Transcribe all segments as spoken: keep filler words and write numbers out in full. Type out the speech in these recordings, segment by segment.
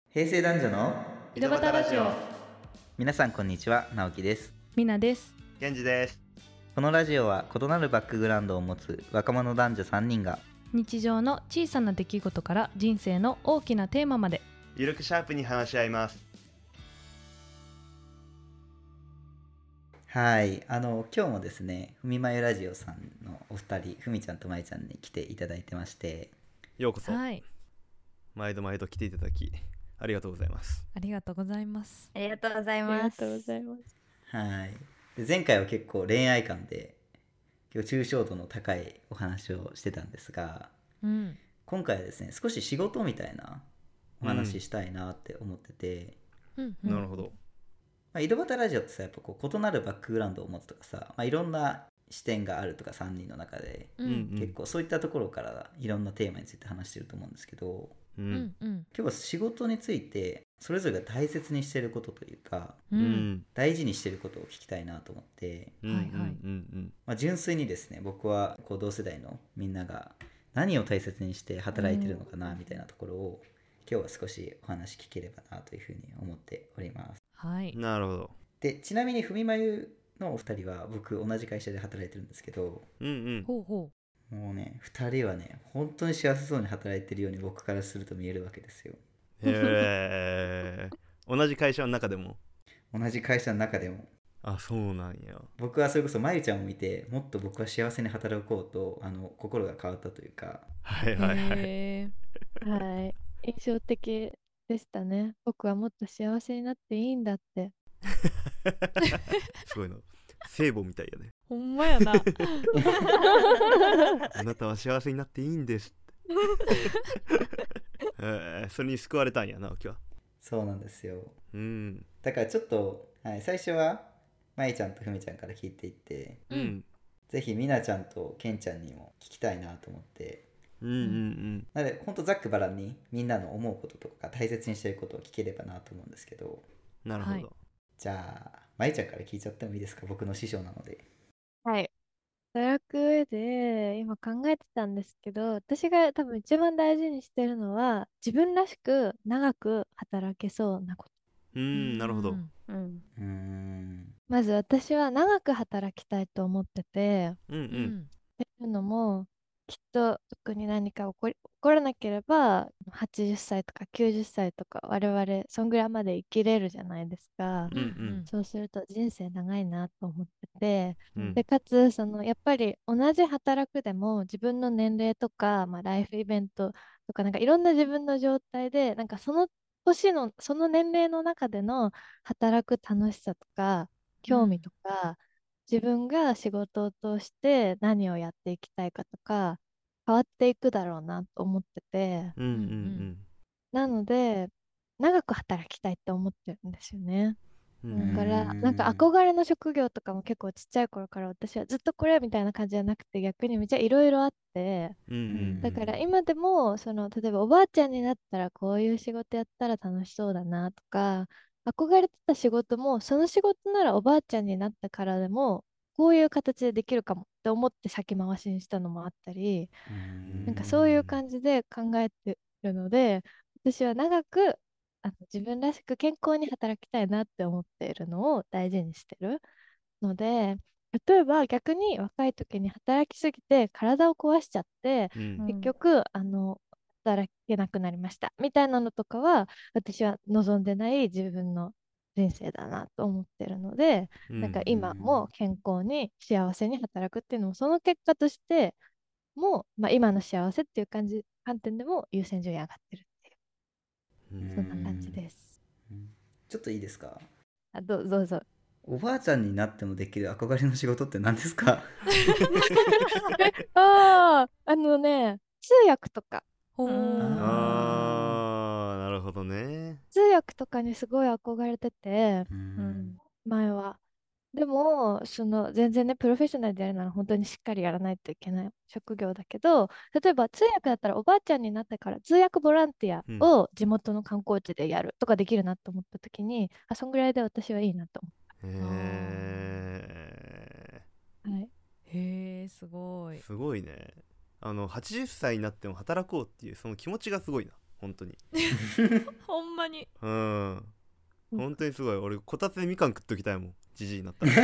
平成男女の井戸端ラジオ。 皆さんこんにちは、直樹です。 みなです。 ケンジです。 このラジオは異なるバックグラウンドを持つ若者男女さんにんが日常の小さな出来事から人生の大きなテーマまでゆるくシャープに話し合います。 はい、あの今日もですね、ふみまゆラジオさんのお二人、ふみちゃんとまいちゃんに来ていただいてまして、 ようこそ。 はい毎度毎度来ていただきありがとうございます。 ありがとうございますありがとうございます。 ありがとうございますはい、で前回は結構恋愛観で今日抽象度の高いお話をしてたんですが、 うん今回はですね、少し仕事みたいなお話ししたいなって思ってて、 うんうんなるほど。 まあ、井戸端ラジオってさ、やっぱこう異なるバックグラウンドを持つとかさ、まあ、いろんな視点があるとかさんにんの中で、 うんうん結構そういったところからいろんなテーマについて話してると思うんですけど、 ううんんうん今日は仕事についてそれぞれが大切にしていることというか、 ううんん大事にしていることを聞きたいなと思って、 うんはいはいうんまあ、純粋にですね、僕はこう同世代のみんなが何を大切にして働いてるのかなみたいなところを今日は少しお話聞ければなというふうに思っております。 はいなるほど。 でちなみにふみまゆのお二人は僕同じ会社で働いてるんですけど、 うんうんほうほもうねふたりはね本当に幸せそうに働いてるように僕からすると見えるわけですよ。 へえ同じ会社の中でも。 同じ会社の中でもあ、そうなんや。 僕はそれこそまゆちゃんを見てもっと僕は幸せに働こうとあの心が変わったというか、 うはいはいはい。 へはい。印象的でしたね。僕はもっと幸せになっていいんだって。 すごいな。聖母みたいやね。 ほんまやなあなたは幸せになっていいんですってえーそれに救われたんやな、直樹は。 そうなんですよ。 うんだからちょっと、はい、最初はまゆちゃんとふみちゃんから聞いていって、 うんうんぜひみなちゃんとけんちゃんにも聞きたいなと思って、 うんうんなのでほんとざっくばらんにみんなの思うこととか大切にしていることを聞ければなと思うんですけど、 なるほど、 はいじゃあまゆちゃんから聞いちゃってもいいですか、僕の師匠なので。 はい。働く上で今考えてたんですけど、私が多分一番大事にしてるのは、自分らしく長く働けそうなこうーんなるほど。 うんと。うん。 うーんまず私は長く働きたいと思ってて、 うんううんんっていうのも、きっと特に何か起こり、起こらなければ、はちじゅっさいとかきゅうじゅっさいとか、我々、そんぐらいまで生きれるじゃないですか。 うんうんそうすると人生長いなと思ってて、 うんで、かつ、その、やっぱり同じ働くでも、自分の年齢とか、まあ、ライフイベントとか、なんかいろんな自分の状態で、なんかその年の、その年齢の中での働く楽しさとか、興味とか、自分が仕事を通して何をやっていきたいかとか変わっていくだろうなと思ってて、 うんうんなので長く働きたいって思ってるんですよね。 うんううんだからなんかん憧れの職業とかも結構ちっちゃい頃から私はずっとこれみたいな感じじゃなくて逆にめっちゃいろいろあって、 うんうんだから今でもその例えばおばあちゃんになったらこういう仕事やったら楽しそうだなとか、憧れてた仕事もその仕事ならおばあちゃんになったからでもこういう形でできるかもって思って先回しにしたのもあったり、 うなんかんそういう感じで考えてるので、私は長くあの自分らしく健康に働きたいなって思っているのを大事にしてるので、例えば逆に若い時に働きすぎて体を壊しちゃって、 うん結局、あの、働けなくなりましたみたいなのとかは、私は望んでない自分の人生だなと思ってるので、 うんなんか今も健康に幸せに働くっていうのも、その結果としても、まあ、今の幸せっていう感じ、観点でも優先順位上がってるっていう、 うんそんな感じです。 ちょっといいですか、 あ、どうどうぞ。 おばあちゃんになってもできる憧れの仕事って何ですか？ ああ、あのね、通訳とか。 ほうんーあーなるほどね。 通訳とかにすごい憧れてて、 ううんん、前は。でも、その全然ね、プロフェッショナルでやるなら本当にしっかりやらないといけない職業だけど、例えば通訳だったらおばあちゃんになってから通訳ボランティうんアを地元の観光地でやるとかできるなと思った時に、あ、そんぐらいで私はいいなとへ思う。はい。 へえすごいーすごいね。あのはちじゅっさいになっても働こうっていうその気持ちがすごいな。 本当に。 ほんまにうん本当にすごい。俺こたつでみかん食っときたいもん、じじいになったら。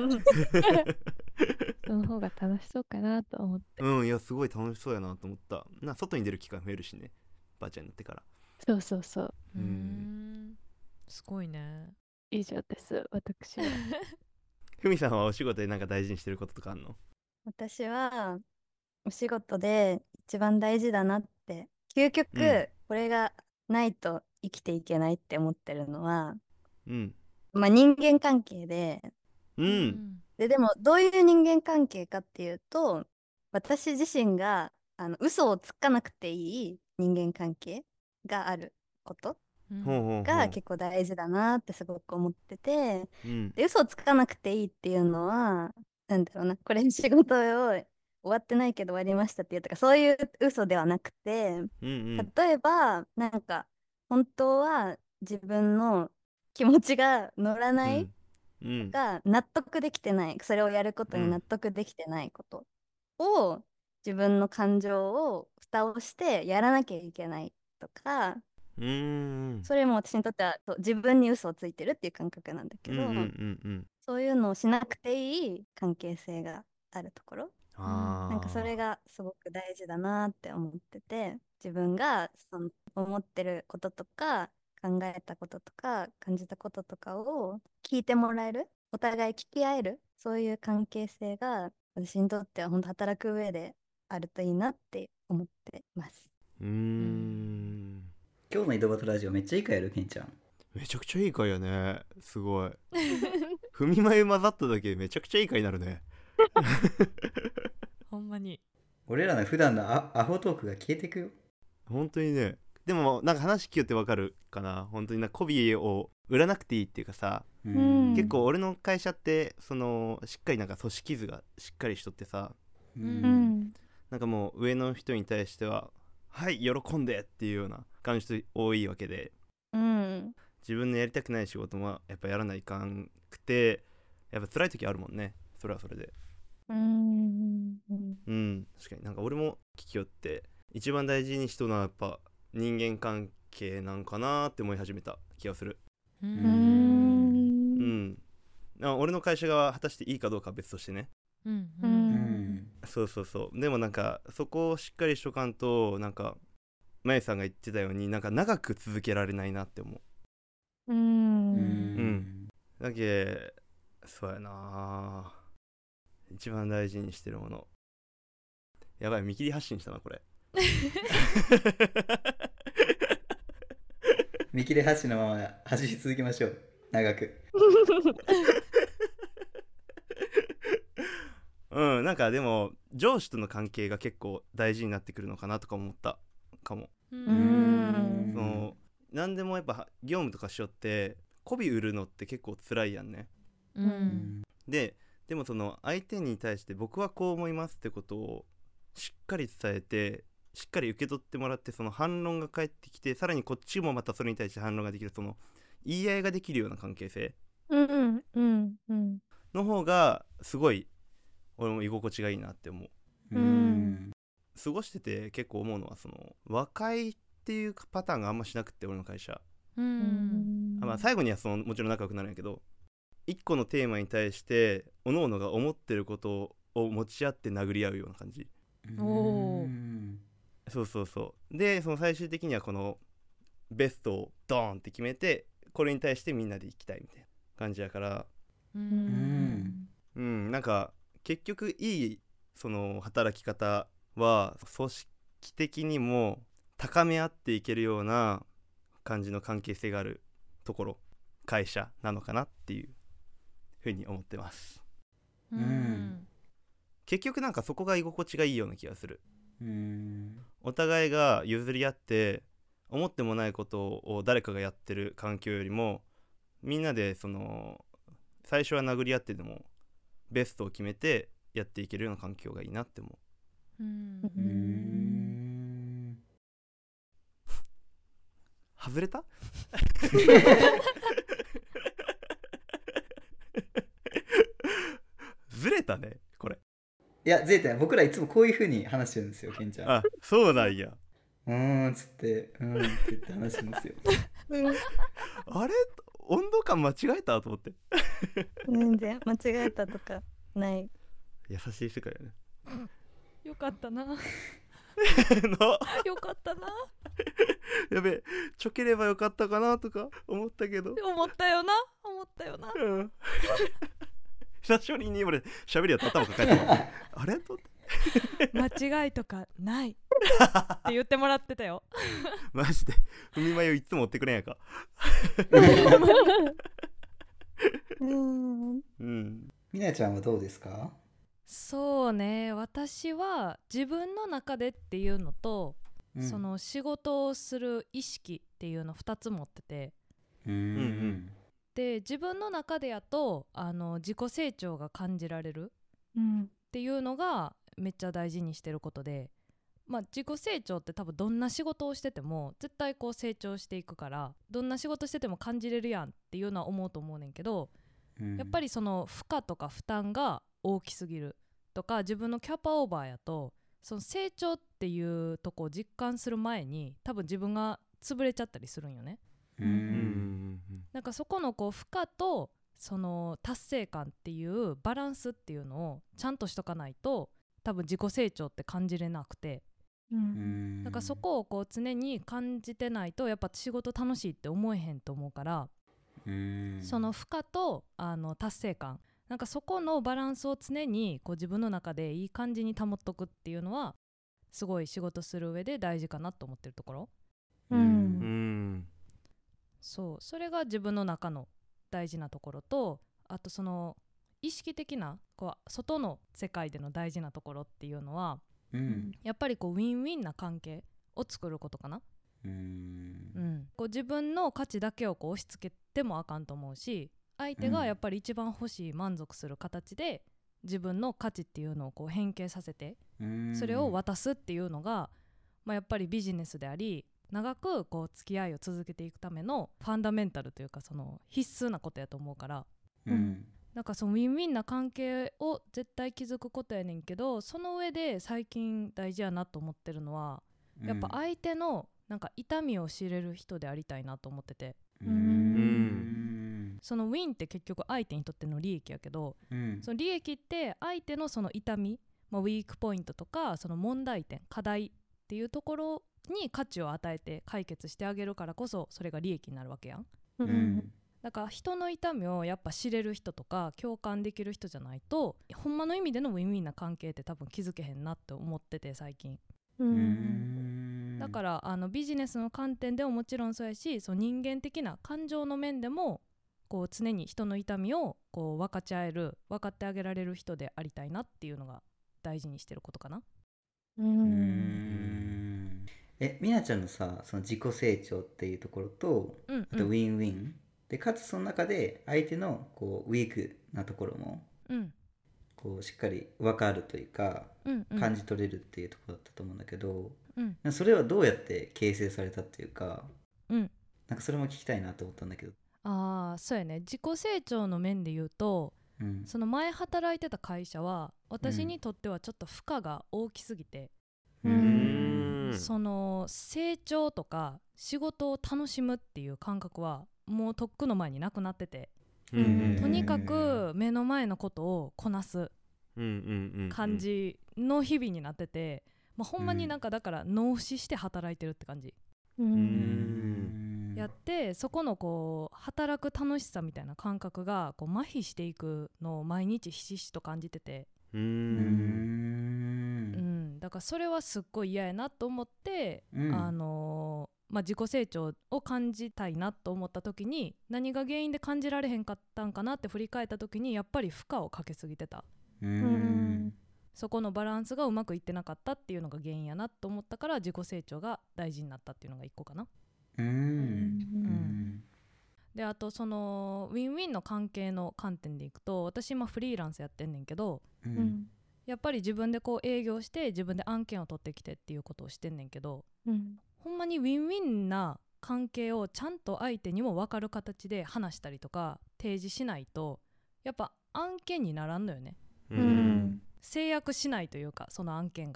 その方が楽しそうかなと思って。 うんいやすごい楽しそうやなと思った。な外に出る機会増えるしね、ばあちゃんになってから。 そうそうそう。 うーんすごいね。 以上です、私は。 ふみさんはお仕事でなんか大事にしてることとかあんの？ 私はお仕事で一番大事だなって、究極、 うんこれがないと生きていけないって思ってるのは、 うんまあ、人間関係で、 ううんで、でもどういう人間関係かっていうと、私自身があの嘘をつかなくていい人間関係があることうんほうほうほう。 が結構大事だなってすごく思ってて、 うんで、嘘をつかなくていいっていうのは、なんだろうな、これ仕事を終わってないけど終わりましたっていうとか、そういう嘘ではなくて、 うんうん例えば、なんか、本当は自分の気持ちが乗らうないんうんが納得できてない、それをやることに納うん得できてないことを、自分の感情を蓋をしてやらなきゃいけないとか、 うーんそれも私にとってはそう自分に嘘をついてるっていう感覚なんだけど、 うんうんうんうんそういうのをしなくていい関係性があるところ、 あなんかそれがすごく大事だなって思ってて、自分がその思ってることとか考えたこととか感じたこととかを聞いてもらえる、お互い聞き合える、そういう関係性が私にとっては本当働く上であるといいなって思ってます。 ーうーん今日の井戸端ラジオめっちゃいいかやるケンちゃん。 めちゃくちゃいい回やね。すごい踏み前混ざっただけでめちゃくちゃいい回になるね。 ほんまに俺らの普段のアアホトークが消えてくよ。 本当にね。でもなんか話聞きよってわかるかな。本当になんか媚びを売らなくていいっていうかさ、 ううん結構俺の会社ってそのしっかりなんか組織図がしっかりしとってさ、 ううんうんん。 なんかもう上の人に対してははい喜んでっていうような感じと多いわけで、 うん自分のやりたくない仕事もやっぱやらないかんくて、やっぱ辛い時あるもんね。それはそれで。 うんうんうん確かになんか俺も聞きよって一番大事にしとるのはやっぱ人間関係なんかなって思い始めた気がする。 ううん。 うんんあ俺の会社が果たしていいかどうかは別としてね。 うんううんんそうそうそう。でもなんかそこをしっかりしとかんと、なんかまゆさんが言ってたようになんか長く続けられないなって思う。 う。 うんんだけそうやな、一番大事にしてるもの。やばい見切り発信したなこれ。 見切れ発信のまま走り続けましょう、長く。 うんなんかでも上司との関係が結構大事になってくるのかなとか思ったかも。 ううんその何でもやっぱ業務とかしよって媚び売るのって結構辛いやんね。 ううんんででもその相手に対して僕はこう思いますってことをしっかり伝えてしっかり受け取ってもらって、その反論が返ってきてさらにこっちもまたそれに対して反論ができる、その言い合いができるような関係性うんうんうんの方がすごい俺も居心地がいいなって思う。 うん過ごしてて結構思うのはその和解っていうパターンがあんましなくって俺の会社、 ううんん。 あまあ、最後にはそのもちろん仲良くなるんやけど、一個のテーマに対して各々が思ってることを持ち合って殴り合うような感じ。 おーうんそうそうそう。でその最終的にはこのベストをドーンって決めてこれに対してみんなで行きたいみたいな感じやから、 ううんんうんなんか結局いいその働き方は組織的にも高め合っていけるような感じの関係性があるところ、会社なのかなっていうふうに思ってます。 ううんん結局なんかそこが居心地がいいような気がする。 うんお互いが譲り合って思ってもないことを誰かがやってる環境よりも、みんなでその最初は殴り合ってでもベストを決めてやっていけるような環境がいいなって思う。 うんうーん外れたずれたねこれ。 いや、ゼータ僕らいつもこういう風に話してるんですよ、ケンちゃん。 あそうなんや。 うーんっつってうーんって言って話しますよ。 あれ温度感間違えたと思って。 全然間違えたとかない。 優しい世界よね。 よかったなのよかったなやべえちょければよかったかなとか思ったけど、 思ったよな思ったよなうん久しぶりに俺喋りやった頭抱えてあれと思って間違いとかないって言ってもらってたよ。 マジで踏みまよいつも追ってくれんやか。 うんうんみなちゃんはどうですか？ そうね、私は自分の中でっていうのと、 うんその仕事をする意識っていうのふたつ持ってて、 うーんで自分の中でやとあの自己成長が感じられるうんっていうのがめっちゃ大事にしてることで、まあ、自己成長って多分どんな仕事をしてても絶対こう成長していくから、どんな仕事してても感じれるやんっていうのは思うと思うねんけど、 うんやっぱりその負荷とか負担が大きすぎるとか、自分のキャパオーバーやとその成長っていうとこを実感する前に多分自分が潰れちゃったりするんよね。 ううんんなんかそこのこう負荷とその達成感っていうバランスっていうのをちゃんとしとかないと多分自己成長って感じれなくて、 ううんんなんかそこをこう常に感じてないとやっぱ仕事楽しいって思えへんと思うから、 うんその負荷とあの達成感、なんかそこのバランスを常にこう自分の中でいい感じに保っとくっていうのはすごい仕事する上で大事かなと思ってるところ。 ううんんそう、それが自分の中の大事なところと、あとその意識的なこう外の世界での大事なところっていうのはうんやっぱりこうウィンウィンな関係を作ることかな。 ううんん、こう自分の価値だけをこう押し付けてもあかんと思うし、相手がやっぱり一番欲しい満足する形で自分の価値っていうのをこう変形させてうんそれを渡すっていうのが、まあ、やっぱりビジネスであり、長くこう付き合いを続けていくためのファンダメンタルというかその必須なことやと思うから、 うんなんかそのウィンウィンな関係を絶対築くことやねんけど、その上で最近大事やなと思ってるのはやっぱ相手のなんか痛みを知れる人でありたいなと思ってて、 うんうんそのウィンって結局相手にとっての利益やけど、 うんその利益って相手のその痛み、まあ、ウィークポイントとかその問題点課題っていうところに価値を与えて解決してあげるからこそそれが利益になるわけやん。 ううんんだから人の痛みをやっぱ知れる人とか共感できる人じゃないとほんまの意味でのウィンウィンな関係って多分築けへんなって思ってて最近。 ううんんだからあのビジネスの観点でももちろんそうやし、その人間的な感情の面でもこう常に人の痛みをこう分かち合える、分かってあげられる人でありたいなっていうのが大事にしてることかな。 ううんんえみなちゃんのさその自己成長っていうところとうんあとウィンウィンでかつその中で相手のこうウィークなところもうんこうしっかり分かるというかうんうん感じ取れるっていうところだったと思うんだけど、 うんそれはどうやって形成されたっていうか、 うんなんかそれも聞きたいなと思ったんだけど。 ああそうやね、自己成長の面で言うとうんその前働いてた会社は私にとってはちょっと負荷が大きすぎて、 ううんんその成長とか仕事を楽しむっていう感覚はもうとっくの前になくなってて、 うんとにかく目の前のことをこなす感じの日々になってて、まあ、ほんまになんかだから脳死して働いてるって感じううんんやって、そこのこう働く楽しさみたいな感覚がこう麻痺していくのを毎日ひしひしと感じてて、 ううんうんん、だからそれはすっごい嫌やなと思って、 うんあのーまあ、自己成長を感じたいなと思った時に何が原因で感じられへんかったんかなって振り返った時にやっぱり負荷をかけすぎてた、 うんそこのバランスがうまくいってなかったっていうのが原因やなと思ったから自己成長が大事になったっていうのが一個かな。 うんうんであとそのウィンウィンの関係の観点でいくと、私今フリーランスやってんねんけど、 ううんんやっぱり自分でこう営業して自分で案件を取ってきてっていうことをしてんねんけど、 うんほんまにウィンウィンな関係をちゃんと相手にも分かる形で話したりとか提示しないとやっぱ案件にならんのよね。 ううんん制約しないというかその案件が、 う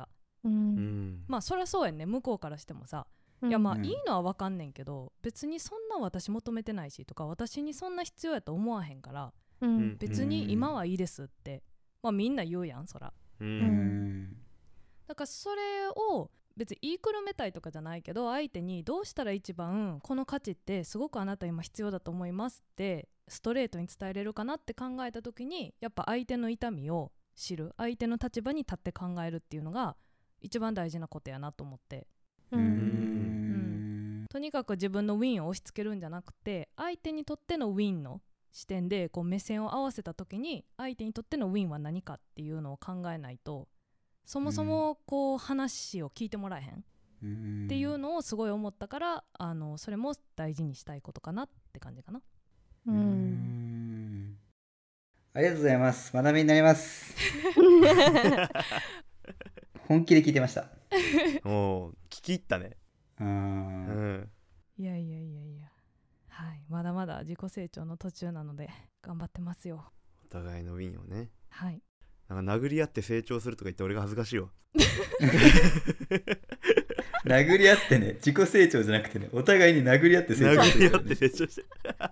ううんんまあそりゃそうやんね、向こうからしてもさ、いやまあいいのは分かんねんけど、別にそんな私求めてないしとか、私にそんな必要やと思わへんから、 うん別に今はいいですって、まあみんな言うやん、そら。 ううんんだからそれを別に言いくるめたいとかじゃないけど、相手にどうしたら一番この価値ってすごくあなた今必要だと思いますってストレートに伝えれるかなって考えた時に、やっぱ相手の痛みを知る、相手の立場に立って考えるっていうのが一番大事なことやなと思って、 ううんんとにかく自分のウィンを押し付けるんじゃなくて、相手にとってのウィンの視点でこう目線を合わせた時に、相手にとってのウィンは何かっていうのを考えないと、そもそもこう話を聞いてもらえへんうんっていうのをすごい思ったから、あのそれも大事にしたいことかなって感じかな。 ううんんありがとうございます。学びになります。本気で聞いてました。 おー聞き入ったね。 ううんんいやいやいやいや、はい、まだまだ自己成長の途中なので頑張ってますよ。 お互いのウィンをね、 はい、 なんか殴り合って成長するとか言って俺が恥ずかしいわ。 殴り合ってね、自己成長じゃなくてね、お互いに殴り合って成長してるよね殴り合って成長して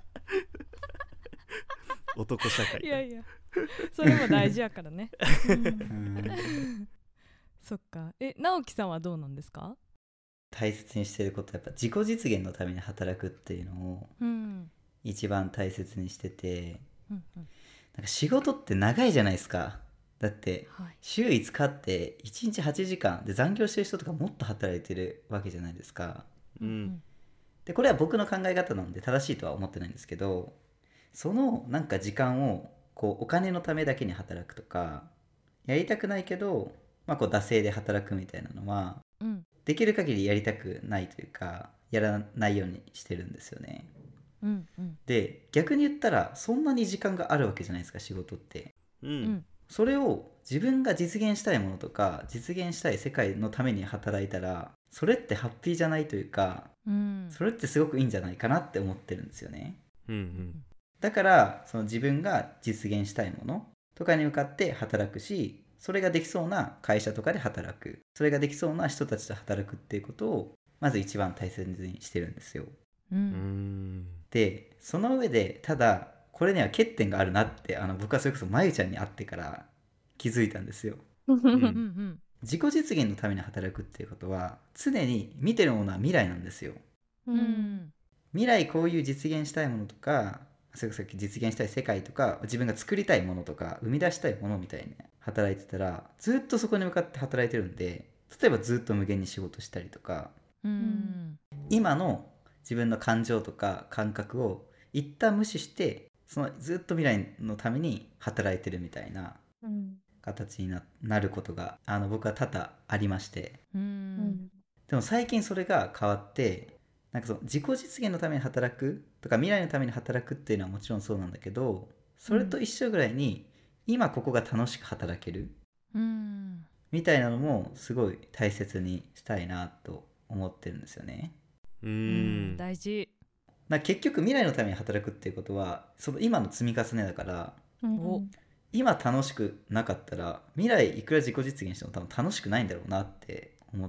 男社会。 いやいや、それも大事やからね。 うんそっか。え、直樹さんはどうなんですか？ 大切にしてることはやっぱ自己実現のために働くっていうのをうん一番大切にしてて、 うんうん、 なんか仕事って長いじゃないですか。だってはい週いつかっていちにちはちじかんで、残業してる人とかもっと働いてるわけじゃないですか。 うんでこれは僕の考え方なので正しいとは思ってないんですけど、そのなんか時間をこうお金のためだけに働くとか、やりたくないけど、まあ、こう惰性で働くみたいなのはうんできる限りやりたくないというか、やらないようにしてるんですよね。 うんうんで逆に言ったらそんなに時間があるわけじゃないですか、仕事って。 ううんんそれを自分が実現したいものとか実現したい世界のために働いたら、それってハッピーじゃないというか、 うんそれってすごくいいんじゃないかなって思ってるんですよね。 うんだからその自分が実現したいものとかに向かって働くし、それができそうな会社とかで働く、それができそうな人たちと働くっていうことをまず一番大切にしてるんですよ。 ううんんでその上で、ただこれには欠点があるなって、あの僕はそれこそまゆちゃんに会ってから気づいたんですよ。 うんうん自己実現のために働くっていうことは、常に見てるものは未来なんですよ。 ううんん未来こういう実現したいものとか、それこそ実現したい世界とか、自分が作りたいものとか生み出したいものみたいに働いてたら、ずっとそこに向かって働いてるんで、例えばずっと無限に仕事したりとか、 うん今の自分の感情とか感覚を一旦無視して、そのずっと未来のために働いてるみたいなうん形に な, なることがあの僕は多々ありまして、 ううんんでも最近それが変わって、なんかその自己実現のために働くとか未来のために働くっていうのはもちろんそうなんだけど、それと一緒ぐらいに今ここが楽しく働けるうんみたいなのもすごい大切にしたいなと思ってるんですよね。 ううんん大事。 だから結局未来のために働くっていうことはその今の積み重ねだから、 うんお今楽しくなかったら未来いくら自己実現しても多分楽しくないんだろうなって思って、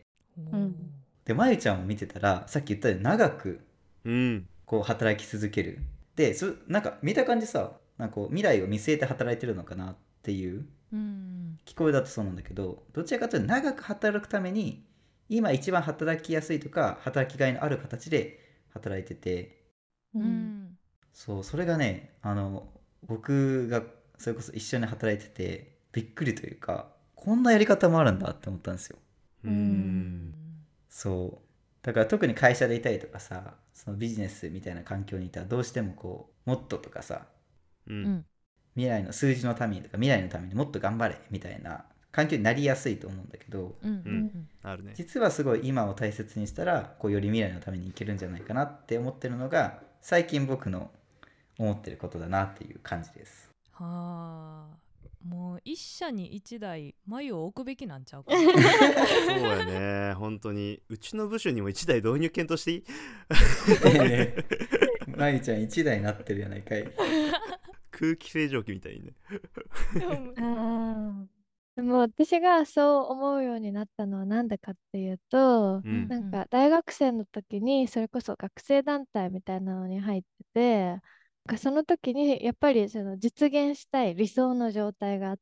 んでまゆちゃんを見てたらさっき言ったように長くうんこう働き続ける、でそなんか見た感じさ、なんかこう未来を見据えて働いてるのかなっていううん聞こえだとそうなんだけど、どちらかというと長く働くために今一番働きやすいとか働きがいのある形で働いてて、 ううんんそうそれがね、あの僕がそれこそ一緒に働いててびっくりというか、こんなやり方もあるんだって思ったんですよ。 うんそうだから特に会社でいたりとかさ、そのビジネスみたいな環境にいたらどうしてもこうもっととかさ、 ううんん未来の数字のためにとか未来のためにもっと頑張れみたいな環境になりやすいと思うんだけど、 うんうんあるね。 実はすごい今を大切にしたらこうより未来のためにいけるんじゃないかなって思ってるのが最近僕の思ってることだなっていう感じです。 はあ、もう一社に一台眉を置くべきなんちゃうかそうやね、本当にうちの部署にもいちだい導入検討していい？ まゆちゃんいちだいになってるやないかい。 空気清浄機みたいにね。 うんでも私がそう思うようになったのはなんでかっていうと、 うんなんか大学生の時にそれこそ学生団体みたいなのに入ってて、なんかその時にやっぱりその実現したい理想の状態があって、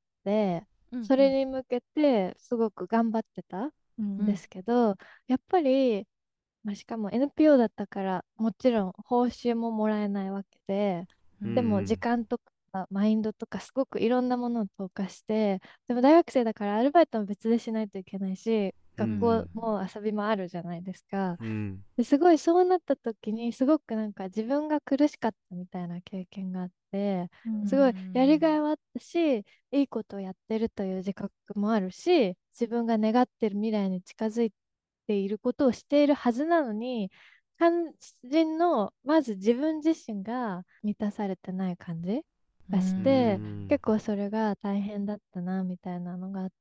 うんそれに向けてすごく頑張ってたうんんですけど、やっぱり、まあ、しかも エヌピーオー だったからもちろん報酬ももらえないわけで、 うんでも時間とかマインドとかすごくいろんなものを投下して、でも大学生だからアルバイトも別でしないといけないし、学校も遊びもあるじゃないですか。 うんですごいそうなった時にすごくなんか自分が苦しかったみたいな経験があって、 うんすごいやりがいはあったし、いいことをやってるという自覚もあるし、自分が願ってる未来に近づいていることをしているはずなのに、肝心のまず自分自身が満たされてない感じがしうて、 ん結構それが大変だったなみたいなのがあって、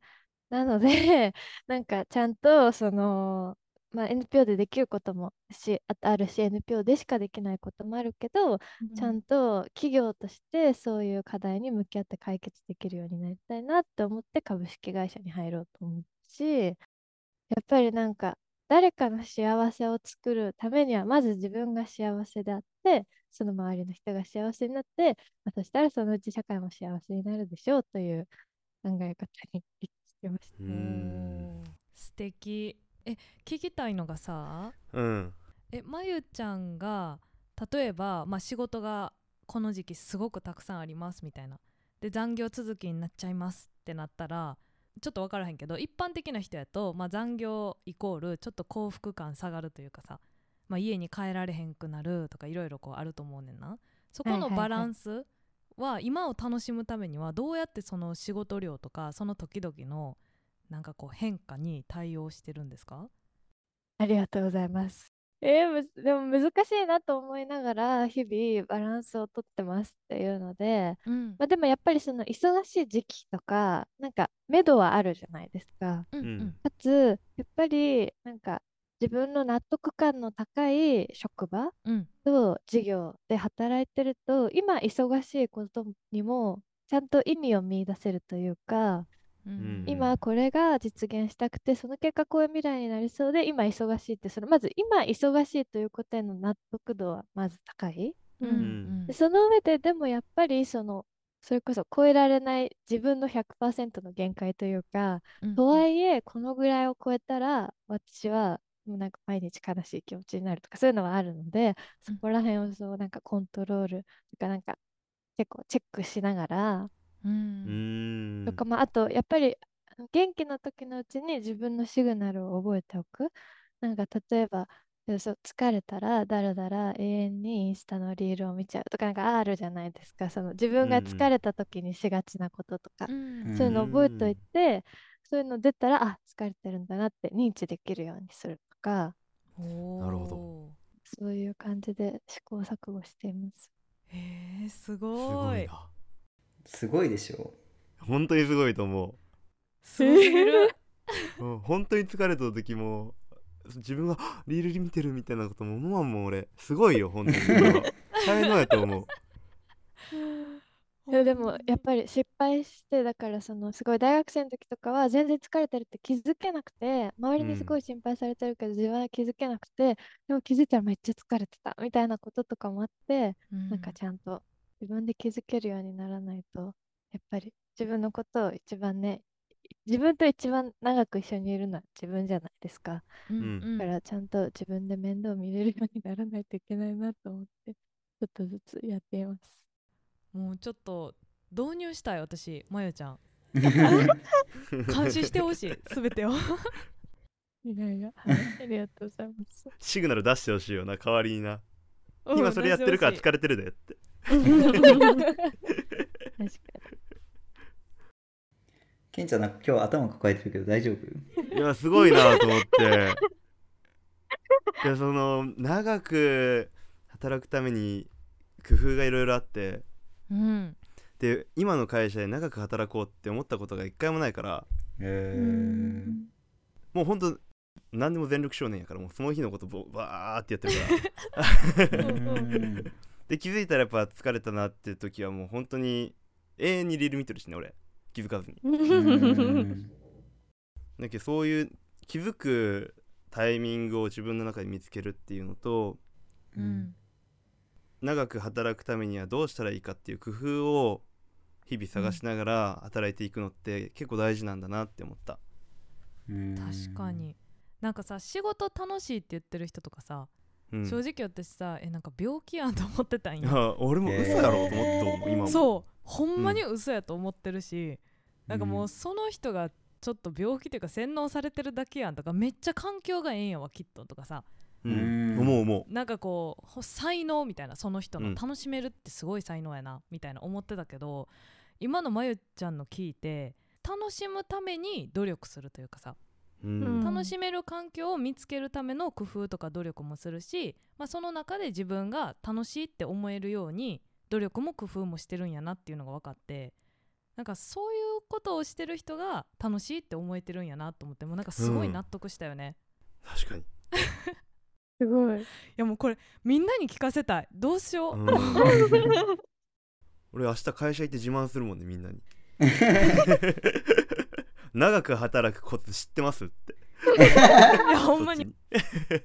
なのでなんかちゃんとその、まあ、エヌピーオー でできることもしああるし エヌピーオー でしかできないこともあるけど、ちゃんと企業としてそういう課題に向き合って解決できるようになりたいなって思って株式会社に入ろうと思うし、やっぱりなんか誰かの幸せを作るためにはまず自分が幸せであって、その周りの人が幸せになって、まあ、そしたらそのうち社会も幸せになるでしょうという考え方に一致してましうおんー素敵。え聞きたいのがさ、 うんえまゆちゃんが例えば、まあ、仕事がこの時期すごくたくさんありますみたいなで残業続きになっちゃいますってなったら、ちょっと分からへんけど一般的な人やと、まあ、残業イコールちょっと幸福感下がるというかさ、まあ、家に帰られへんくなるとかいろいろこうあると思うねんな。そこのバランスは今を楽しむためにはどうやってその仕事量とかその時々のなんかこう変化に対応してるんですか？ た。ありがとうございます。えーむずでも難しいなと思いながら日々バランスをとってますっていうので、 うんまあ、でもやっぱりその忙しい時期とかなんか目処はあるじゃないですか。 うんうんかつやっぱりなんか自分の納得感の高い職場うんと事業で働いてると、今忙しいことにもちゃんと意味を見出せるというか、 うんうん今これが実現したくて、その結果こういう未来になりそうで、今忙しいって、そのまず今忙しいということへの納得度はまず高い。 うんうんでその上ででもやっぱりその、それこそ超えられない自分のひゃくパーセントの限界というか、 うんとはいえこのぐらいを超えたら私はもうなんか毎日悲しい気持ちになるとかそういうのはあるので、そこら辺をそうなんかコントロールとかなんか結構チェックしながら、 ううんんとか、まあ、あと、やっぱり、元気な時のうちに自分のシグナルを覚えておく。なんか、例えば、えそう疲れたら、だらだら永遠にインスタのリールを見ちゃうとか、なんかあるじゃないですか。その自分が疲れた時にしがちなこととか、 うんそういうのを覚えておいて、そういうの出たら、あ、疲れてるんだなって認知できるようにするとか、 おーなるほどそういう感じで試行錯誤しています。 へえすすごいごいなすごいでしょ。 本当にすごいと思すごすぎるう、うん、本当に疲れた時も自分がはっリールリ見てるみたいなことも思わんもん俺すごいよ本当に才能やと思ういやでもやっぱり失敗してだからそのすごい大学生の時とかは全然疲れてるって気づけなくて、周りにすごい心配されてるけど自分は気づけなくて、でも気づいたらめっちゃ疲れてたみたいなこととかもあって、 うんなんかちゃんと自分で気づけるようにならないと、やっぱり自分のことを一番ね、自分と一番長く一緒にいるのは自分じゃないですか。 うんうんだからちゃんと自分で面倒見れるようにならないといけないなと思って、ちょっとずつやっています。 もうちょっと導入したい私まゆちゃん監視してほしいすべてをいやいや、はい、ありがとうございます。 シグナル出してほしいよな代わりにな今それやってるから疲れてるでって確かに。 ケンちゃんなんか今日頭抱えてるけど大丈夫？ いやすごいなと思っていやその長く働くために工夫がいろいろあって、 うんで今の会社で長く働こうって思ったことが一回もないから、 えうーんもうほんと何でも全力少年やからもうその日のことボバーってやってるからうんで気づいたらやっぱ疲れたなって時はもう本当に永遠にリール見てるしね俺気づかずに。 うーんだけどそういう気づくタイミングを自分の中で見つけるっていうのと、 ううんん長く働くためにはどうしたらいいかっていう工夫を日々探しながら働いていくのって結構大事なんだなって思った。 うーん確かに。なんかさ、仕事楽しいって言ってる人とかさ、 うん、 正直私さ、えなんか病気やんと思ってたんいよ。 や俺も嘘やろうと思って思う今も。 そうほんまに嘘やと思ってるし、なんかもううんその人がちょっと病気というか洗脳されてるだけやんとか、めっちゃ環境がええんやわきっととかさ、 うんうん思う思なんかこうほ才能みたいな、その人うんの楽しめるってすごい才能やなみたいな思ってたけど、今のまゆちゃんの聞いて、楽しむために努力するというかさ、 う、うんうん楽しめる環境を見つけるための工夫とか努力もするし、まあ、その中で自分が楽しいって思えるように努力も工夫もしてるんやなっていうのが分かって、なんかそういうことをしてる人が楽しいって思えてるんやなと思って、もうなんかすごい納得したよね、 確かに、 すごい。 いやもうこれみんなに聞かせたい、どうしよう、 うん俺明日会社行って自慢するもんねみんなに長く働くコツ知ってますっていやほんまにそっち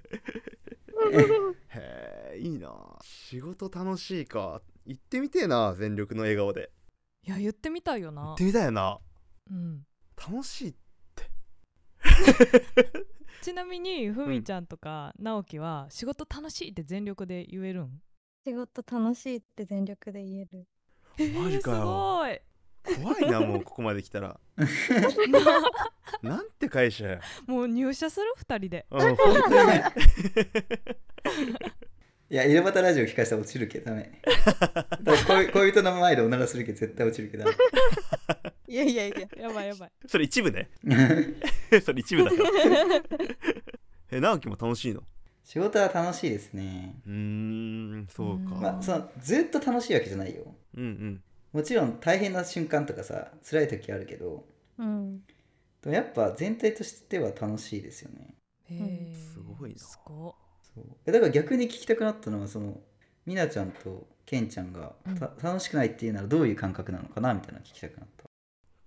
へえいいな、仕事楽しいか、行ってみてえな、全力の笑顔でいや言ってみたいよ行なって、みたいな、 うん、 楽しい。 ちなみにふみちゃんとか直樹は仕事楽しいって全力で言えるん？ 仕事楽しいって全力で言える。 えーマジかよすごい怖いなもうここまで来たらなんて会社やもう入社するふたりで。 うん本当にねいや、井戸端ラジオ聞かしたら落ちるけどダメ。だから恋恋人の前でおならするけど絶対落ちるけどダメ。 いやいやいや。 やばいやばい。 それ一部ねそれ一部だからえ直樹も楽しいの？ 仕事は楽しいですね。 うーんそうか、 うんまあ、そのずっと楽しいわけじゃないよ。 うんうんもちろん大変な瞬間とかさ、辛い時あるけど、 うん。 でもやっぱ全体としては楽しいですよね。 へーすごいなすごそうえだから逆に聞きたくなったのは、そのみなちゃんとけんちゃんがた、楽しくないっていうならどういう感覚なのかなみたいなの聞きたくなった。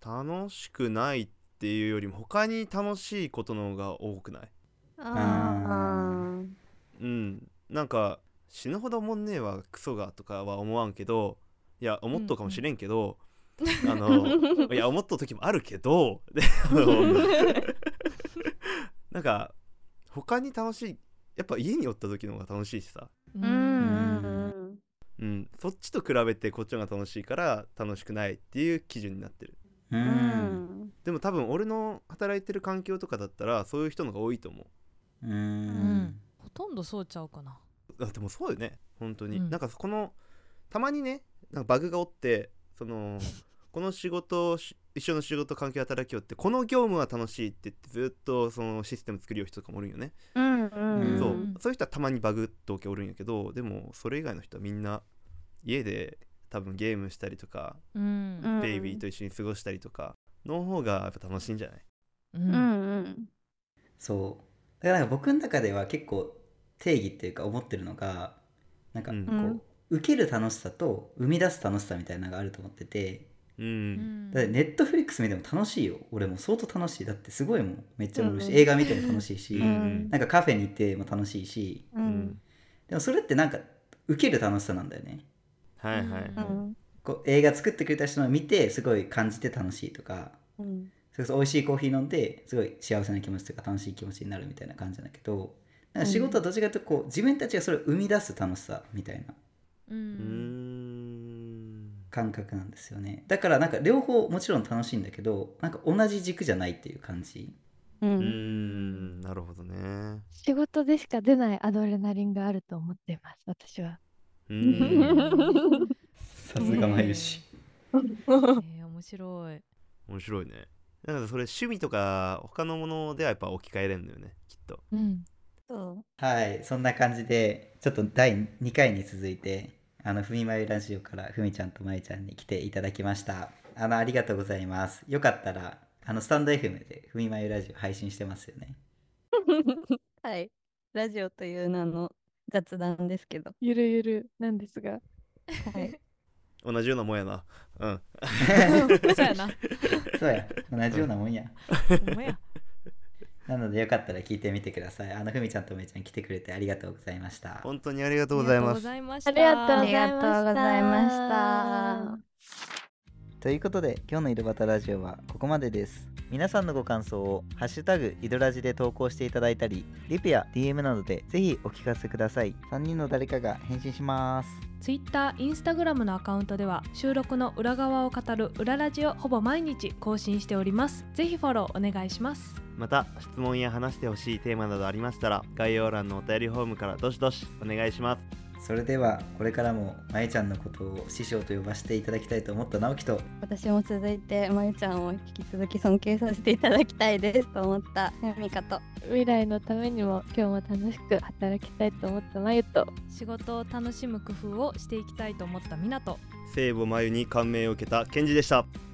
楽しくないっていうよりも他に楽しいことの方が多くない？ あうんなんか死ぬほどおもんねえわクソがとかは思わんけど、いや思っとうかもしれんけど、あのいや思っとう時もあるけどであのなんか他に楽しい、やっぱ家におった時の方が楽しいしさ、 い。 ー。うんうんうん、そっちと比べてこっちの方が楽しいから楽しくないっていう基準になってる。 ううん。うんん。 でも多分俺の働いてる環境とかだったらそういう人の方が多いと思う。 うーうんんほとんどそうちゃうかな。 あでもそうよね本当に、 うんなんかこのたまにねなんかバグがおってそのこの仕事をし一緒の仕事環境で働きよってこの業務は楽しいって言ってずっとそのシステム作りよう人とかもおるんよね、 うんううんん。 そううんそういう人はたまにバグっとけおるんやけど、でもそれ以外の人はみんな家で多分ゲームしたりとか、 うんうんベイビーと一緒に過ごしたりとかの方がやっぱ楽しいんじゃない？ ううんんうん。 そうだからなんか僕の中では結構定義っていうか思ってるのが、なんかこう、 うん受ける楽しさと生み出す楽しさみたいなのがあると思ってて、 うん、 うんだってネットフリックス見ても楽しいよ。俺も相当楽しい。だってすごいもん、めっちゃおるし、 うん映画見ても楽しいし、 うんなんかカフェに行っても楽しいし、 ううんん。 でもそれってなんか受ける楽しさなんだよね。 はいはいはい、 うんこう映画作ってくれた人のを見てすごい感じて楽しいとか、 うん。 それこそ美味しいコーヒー飲んですごい幸せな気持ちとか楽しい気持ちになるみたいな感じなんだけど、なんか仕事はどっちかというとこう自分たちがそれを生み出す楽しさみたいなううんーん感覚なんですよね。だからなんか両方もちろん楽しいんだけど、なんか同じ軸じゃないっていう感じ。 う。 うんーんなるほどね。 仕事でしか出ないアドレナリンがあると思っています、私は。 うーんさすがまゆし。 えー、面白い。 面白いね。だからそれ趣味とか他のものではやっぱ置き換えれんのよねきっと。 うん。 そう。 はい、そんな感じでちょっとだいにかいに続いてあのふみまゆラジオからふみちゃんとまゆちゃんに来ていただきました。あのありがとうございます。よかったらあのスタンド エフエム でふみまゆラジオ配信してますよね。 はい。ラジオという名の雑談ですけど。 ゆるゆるなんですが。 はい。 同じようなもんやな。うんそうやな。 そうや、同じようなもんや。 ほんまや。 なのでよかったら聞いてみてください。あのふみちゃんとめいちゃん来てくれてありがとうございました。 本当にありがとうございます。 ありがとうございました。 ありがとうございました。 ありがとうございました。 ということで今日の井戸端ラジオはここまでです。皆さんのご感想をハッシュタグ井戸ラジで投稿していただいたり、リプや ディーエム などでぜひお聞かせください。さんにんの誰かが返信します。 Twitter、Instagram のアカウントでは収録の裏側を語る裏ラジをほぼ毎日更新しております。ぜひフォローお願いします。 また質問や話してほしいテーマなどありましたら概要欄のお便りフォームからどしどしお願いします。 それではこれからもまゆちゃんのことを師匠と呼ばせていただきたいと思った直樹と、 私も続いてまゆちゃんを引き続き尊敬させていただきたいですと思ったふみかと、 未来のためにも今日も楽しく働きたいと思ったまゆと、 仕事を楽しむ工夫をしていきたいと思ったみなと、 聖母まゆに感銘を受けたケンジでした。